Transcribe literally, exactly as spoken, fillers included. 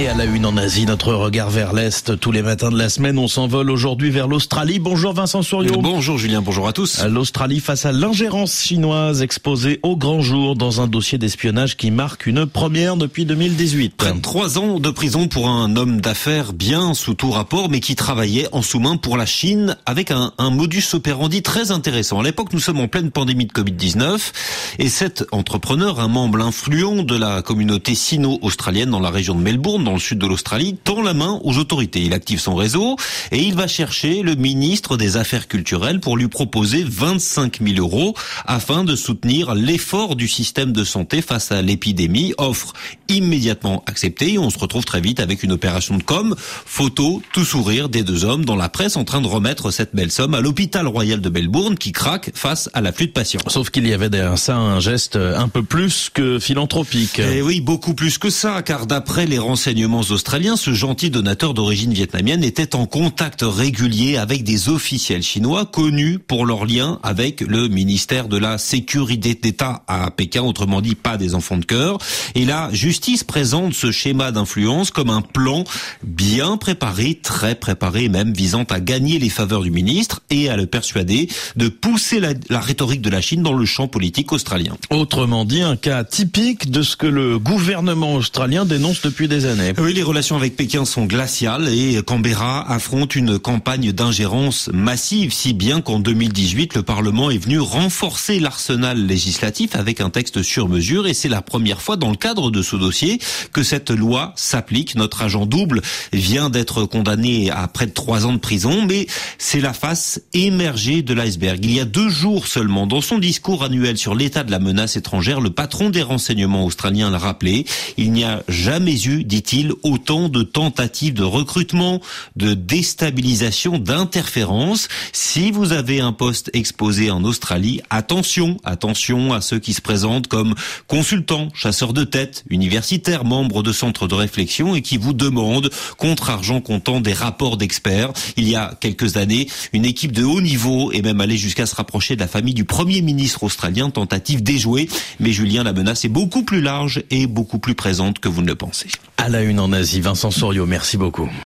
à la une en Asie, notre regard vers l'Est tous les matins de la semaine. On s'envole aujourd'hui vers l'Australie. Bonjour Vincent Souriau. Bonjour Julien, bonjour à tous. L'Australie face à l'ingérence chinoise exposée au grand jour dans un dossier d'espionnage qui marque une première depuis deux mille dix-huit. Près de trois ans de prison pour un homme d'affaires bien sous tout rapport, mais qui travaillait en sous-main pour la Chine avec un, un modus operandi très intéressant. À l'époque, nous sommes en pleine pandémie de covid dix-neuf et cet entrepreneur, un membre influent de la communauté sino-australienne dans la région de Melbourne, dans le sud de l'Australie, tend la main aux autorités. Il active son réseau et il va chercher le ministre des Affaires culturelles pour lui proposer vingt-cinq mille euros afin de soutenir l'effort du système de santé face à l'épidémie. Offre immédiatement acceptée et on se retrouve très vite avec une opération de com, photo, tout sourire des deux hommes dans la presse en train de remettre cette belle somme à l'hôpital royal de Melbourne qui craque face à l'afflux de patients. Sauf qu'il y avait derrière ça un geste un peu plus que philanthropique. Et oui, beaucoup plus que ça, car d'après les renseignements australiens, ce gentil donateur d'origine vietnamienne était en contact régulier avec des officiels chinois connus pour leurs liens avec le ministère de la Sécurité d'État à Pékin, autrement dit pas des enfants de cœur. Et la justice présente ce schéma d'influence comme un plan bien préparé, très préparé même, visant à gagner les faveurs du ministre et à le persuader de pousser la, la rhétorique de la Chine dans le champ politique australien. Autrement dit, un cas typique de ce que le gouvernement australien dénonce depuis des années. Oui, les relations avec Pékin sont glaciales et Canberra affronte une campagne d'ingérence massive, si bien qu'en deux mille dix-huit, le Parlement est venu renforcer l'arsenal législatif avec un texte sur mesure et c'est la première fois dans le cadre de ce dossier que cette loi s'applique. Notre agent double vient d'être condamné à près de trois ans de prison, mais c'est la face émergée de l'iceberg. Il y a deux jours seulement, dans son discours annuel sur l'état de la menace étrangère, le patron des renseignements australiens l'a rappelé. Il n'y a jamais eu, dit-il, autant de tentatives de recrutement, de déstabilisation, d'interférence. Si vous avez un poste exposé en Australie, attention, attention à ceux qui se présentent comme consultants, chasseurs de tête, universitaires, membres de centres de réflexion et qui vous demandent, contre argent comptant, des rapports d'experts. Il y a quelques années, une équipe de haut niveau est même allée jusqu'à se rapprocher de la famille du Premier ministre australien, tentative déjouée. Mais Julien, la menace est beaucoup plus large et beaucoup plus présente que vous ne le pensez. À la une en Asie, Vincent Souriau, merci beaucoup.